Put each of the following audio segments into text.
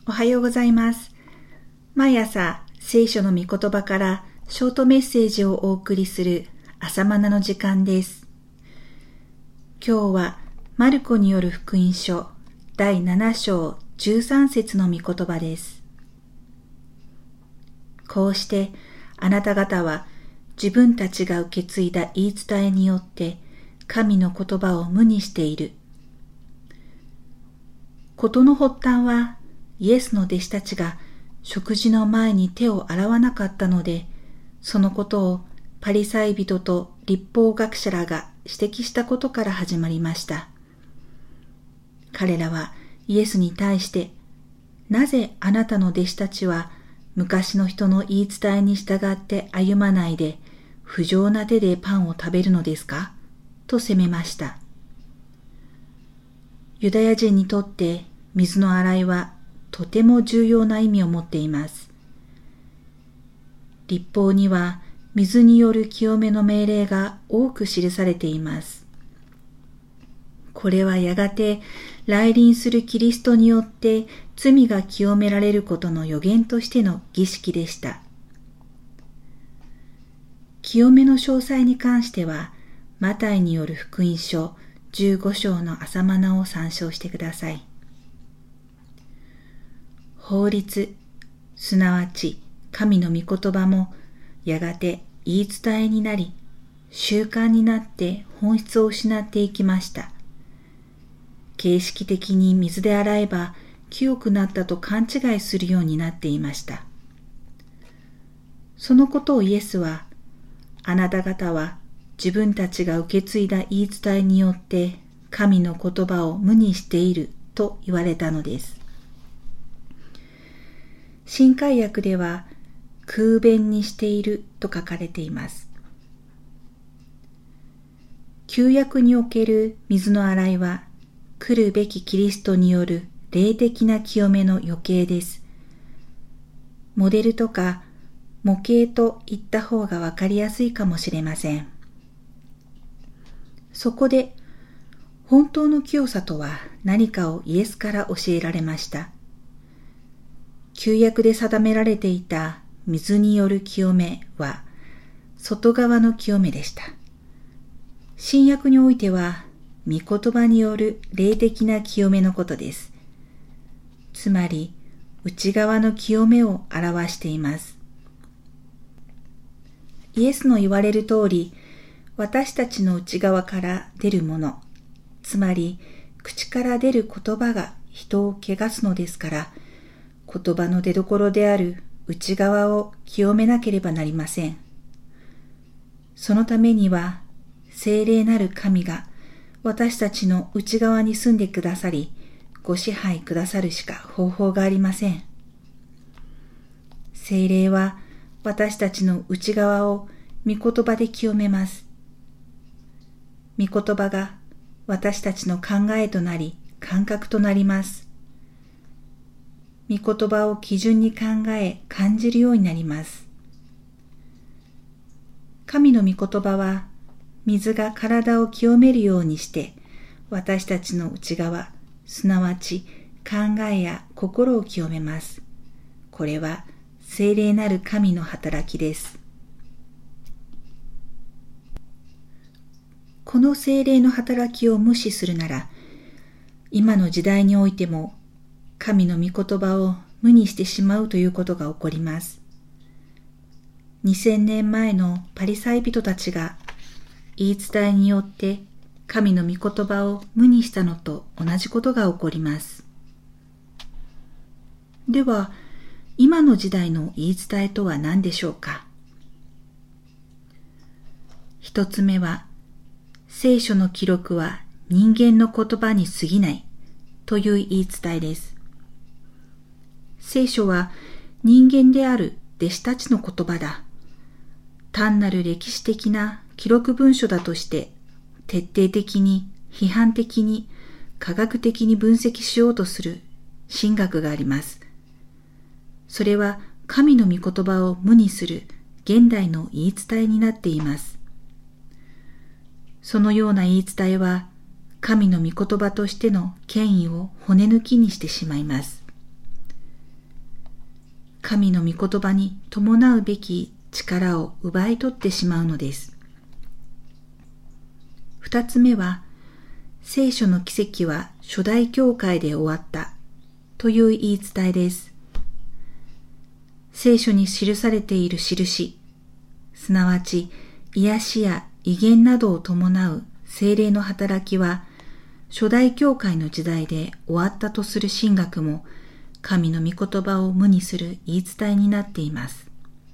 おはようございます。毎朝、聖書の御言葉からショートメッセージをお送りする朝マナの時間です。今日はマルコによる福音書第7章13節の御言葉です。こうしてあなた方は自分たちが受け継いだ言い伝えによって神の言葉を無にしている。事の発端はイエスの弟子たちが食事の前に手を洗わなかったので、そのことをパリサイ人と律法学者らが指摘したことから始まりました。彼らはイエスに対して、なぜあなたの弟子たちは昔の人の言い伝えに従って歩まないで不浄な手でパンを食べるのですかと責めました。ユダヤ人にとって水の洗いはとても重要な意味を持っています。律法には水による清めの命令が多く記されています。これはやがて来臨するキリストによって罪が清められることの予言としての儀式でした。清めの詳細に関しては、マタイによる福音書15章の朝マナを参照してください。法律、すなわち神の御言葉もやがて言い伝えになり、習慣になって本質を失っていきました。形式的に水で洗えば清くなったと勘違いするようになっていました。そのことをイエスは、あなた方は自分たちが受け継いだ言い伝えによって神の言葉を無にしていると言われたのです。新海訳では空弁にしていると書かれています。旧約における水の洗いは来るべきキリストによる霊的な清めの余計です。モデルとか模型と言った方がわかりやすいかもしれません。そこで本当の清さとは何かをイエスから教えられました。旧約で定められていた水による清めは外側の清めでした。新約においては御言葉による霊的な清めのことです。つまり内側の清めを表しています。イエスの言われる通り、私たちの内側から出るもの、つまり口から出る言葉が人を汚すのですから、言葉の出所である内側を清めなければなりません。そのためには、聖霊なる神が私たちの内側に住んでくださり、ご支配くださるしか方法がありません。聖霊は私たちの内側を御言葉で清めます。御言葉が私たちの考えとなり、感覚となります。御言葉を基準に考え、感じるようになります。神の御言葉は、水が体を清めるようにして、私たちの内側、すなわち考えや心を清めます。これは聖霊なる神の働きです。この聖霊の働きを無視するなら、今の時代においても、神の御言葉を無にしてしまうということが起こります。2000年前のパリサイ人たちが言い伝えによって神の御言葉を無にしたのと同じことが起こります。では、今の時代の言い伝えとは何でしょうか。一つ目は、聖書の記録は人間の言葉に過ぎないという言い伝えです。聖書は人間である弟子たちの言葉だ。単なる歴史的な記録文書だとして徹底的に批判的に科学的に分析しようとする神学があります。それは神の御言葉を無にする現代の言い伝えになっています。そのような言い伝えは神の御言葉としての権威を骨抜きにしてしまいます。 神の御言葉に伴うべき力を奪い取ってしまうのです。二つ目は、聖書の奇跡は初代教会で終わったという言い伝えです。聖書に記されている印、すなわち癒しや異言などを伴う聖霊の働きは、初代教会の時代で終わったとする神学も、神の御言葉を無にする言い伝えになっています。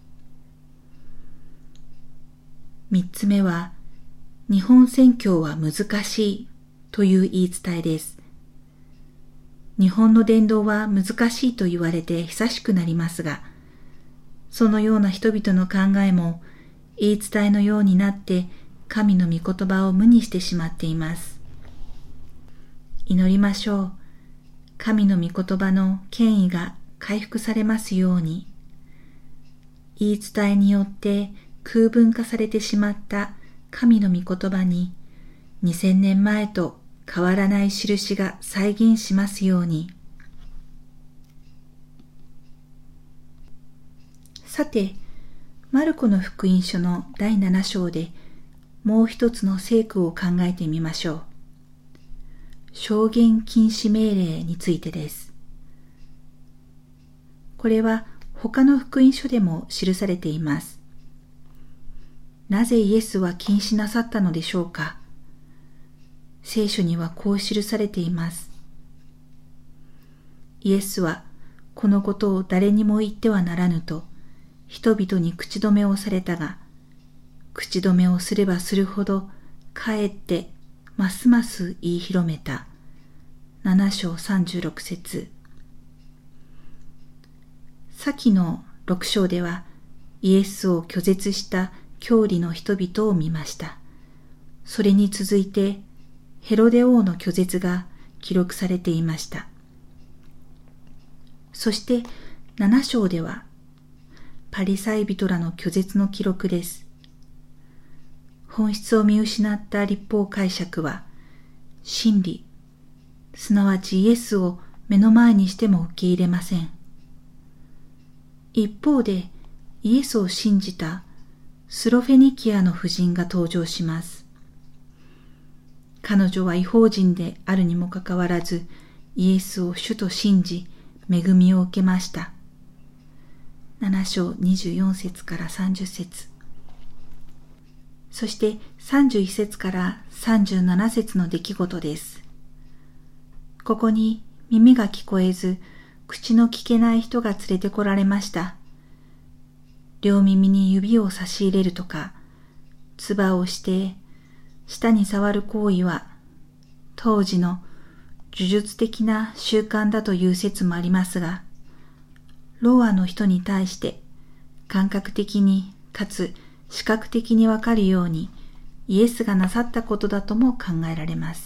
三つ目は、日本宣教は難しいという言い伝えです。日本の伝道は難しいと言われて久しくなりますが、そのような人々の考えも言い伝えのようになって神の御言葉を無にしてしまっています。祈りましょう。神の御言葉の権威が回復されますように。言い伝えによって空文化されてしまった神の御言葉に2000年前と変わらない印が再現しますように。さて、マルコの福音書の第7章でもう一つの聖句を考えてみましょう。証言禁止命令についてです。これは他の福音書でも記されています。なぜイエスは禁止なさったのでしょうか。聖書にはこう記されています。イエスはこのことを誰にも言ってはならぬと人々に口止めをされたが、口止めをすればするほどかえってますます言い広めた。7章36節。先の6章ではイエスを拒絶した教理の人々を見ました。それに続いてヘロデ王の拒絶が記録されていました。そして7章ではパリサイ人らの拒絶の記録です。本質を見失った律法解釈は、真理、すなわちイエスを目の前にしても受け入れません。一方で、イエスを信じたスロフェニキアの婦人が登場します。彼女は異邦人であるにもかかわらず、イエスを主と信じ、恵みを受けました。7章24節から30節。そして31節から37節の出来事です。ここに耳が聞こえず、口の聞けない人が連れてこられました。両耳に指を差し入れるとか、唾をして舌に触る行為は、当時の呪術的な習慣だという説もありますが、ローアの人に対して感覚的にかつ視覚的にわかるようにイエスがなさったことだとも考えられます。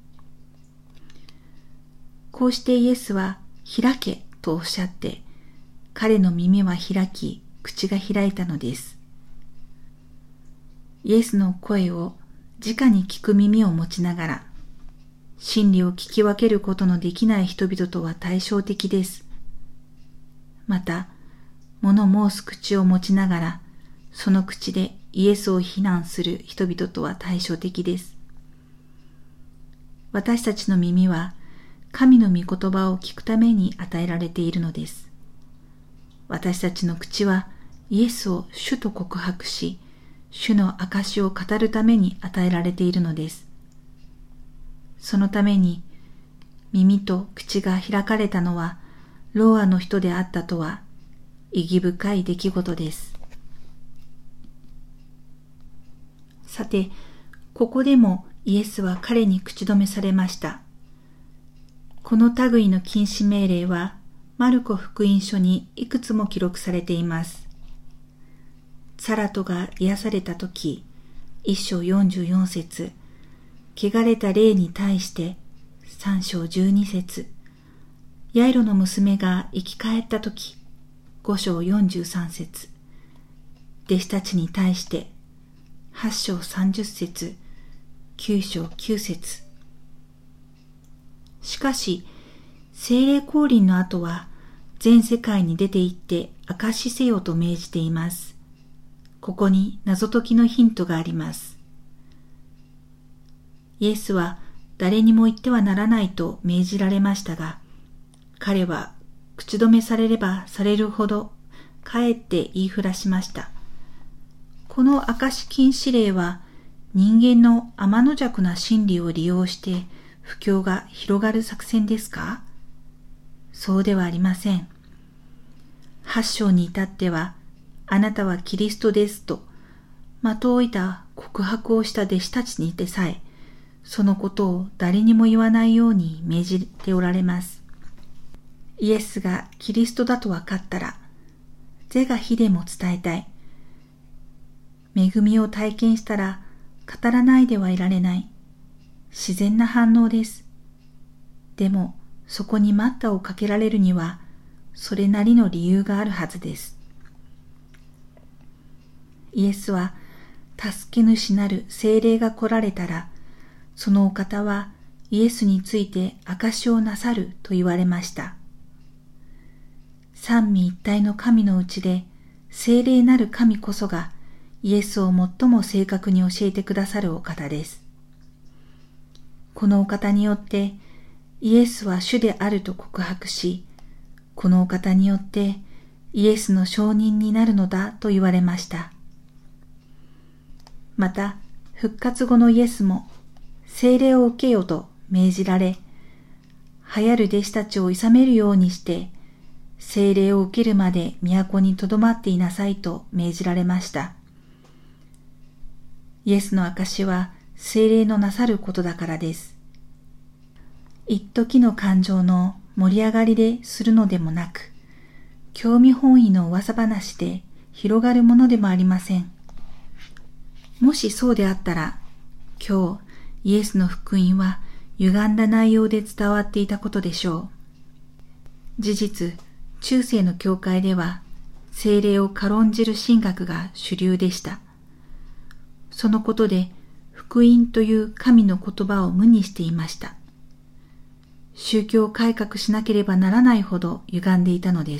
こうしてイエスは開けとおっしゃって、彼の耳は開き、口が開いたのです。イエスの声を直に聞く耳を持ちながら、真理を聞き分けることのできない人々とは対照的です。また、物申す口を持ちながら、その口でイエスを非難する人々とは対照的です。私たちの耳は、神の御言葉を聞くために与えられているのです。私たちの口は、イエスを主と告白し、主の証を語るために与えられているのです。そのために、耳と口が開かれたのは、ローアの人であったとは、意義深い出来事です。さて、ここでもイエスは彼に口止めされました。この類の禁止命令は、マルコ福音書にいくつも記録されています。サラトが癒されたとき、1章44節、汚れた霊に対して3章12節、ヤイロの娘が生き返ったとき、5章43節、弟子たちに対して8章30節、9章9節。しかし、聖霊降臨の後は全世界に出て行って証しせよと命じています。ここに謎解きのヒントがあります。イエスは誰にも言ってはならないと命じられましたが、彼は口止めされればされるほどかえって言いふらしました。この証し禁止令は人間の天の弱な心理を利用して布教が広がる作戦ですか？そうではありません。8章に至っては、あなたはキリストですと、的を射た告白をした弟子たちにでさえ、そのことを誰にも言わないように命じておられます。イエスがキリストだと分かったら、是が非でも伝えたい。恵みを体験したら語らないではいられない。自然な反応です。でもそこに待ったをかけられるにはそれなりの理由があるはずです。イエスは助け主なる聖霊が来られたら、そのお方はイエスについて証しをなさると言われました。三位一体の神のうちで聖霊なる神こそがイエスを最も正確に教えてくださるお方です。このお方によってイエスは主であると告白し、このお方によってイエスの証人になるのだと言われました。また復活後のイエスも聖霊を受けよと命じられ、流行る弟子たちを諌めるようにして聖霊を受けるまで都にとどまっていなさいと命じられました。イエスの証は聖霊のなさることだからです。一時の感情の盛り上がりでするのでもなく、興味本位の噂話で広がるものでもありません。もしそうであったら、今日イエスの福音は歪んだ内容で伝わっていたことでしょう。事実、中世の教会では聖霊を軽んじる神学が主流でした。そのことで福音という神の言葉を無にしていました。宗教改革しなければならないほど歪んでいたのです。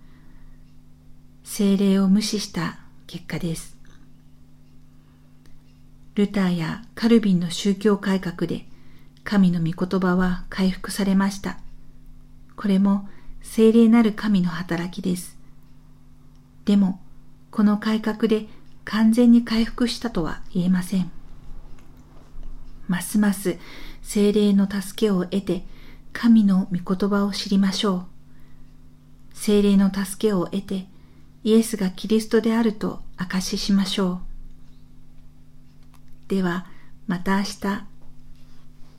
聖霊を無視した結果です。ルターやカルビンの宗教改革で神の御言葉は回復されました。これも聖霊なる神の働きです。でも、この改革で完全に回復したとは言えません。ますます聖霊の助けを得て神の御言葉を知りましょう。聖霊の助けを得てイエスがキリストであると証ししましょう。ではまた明日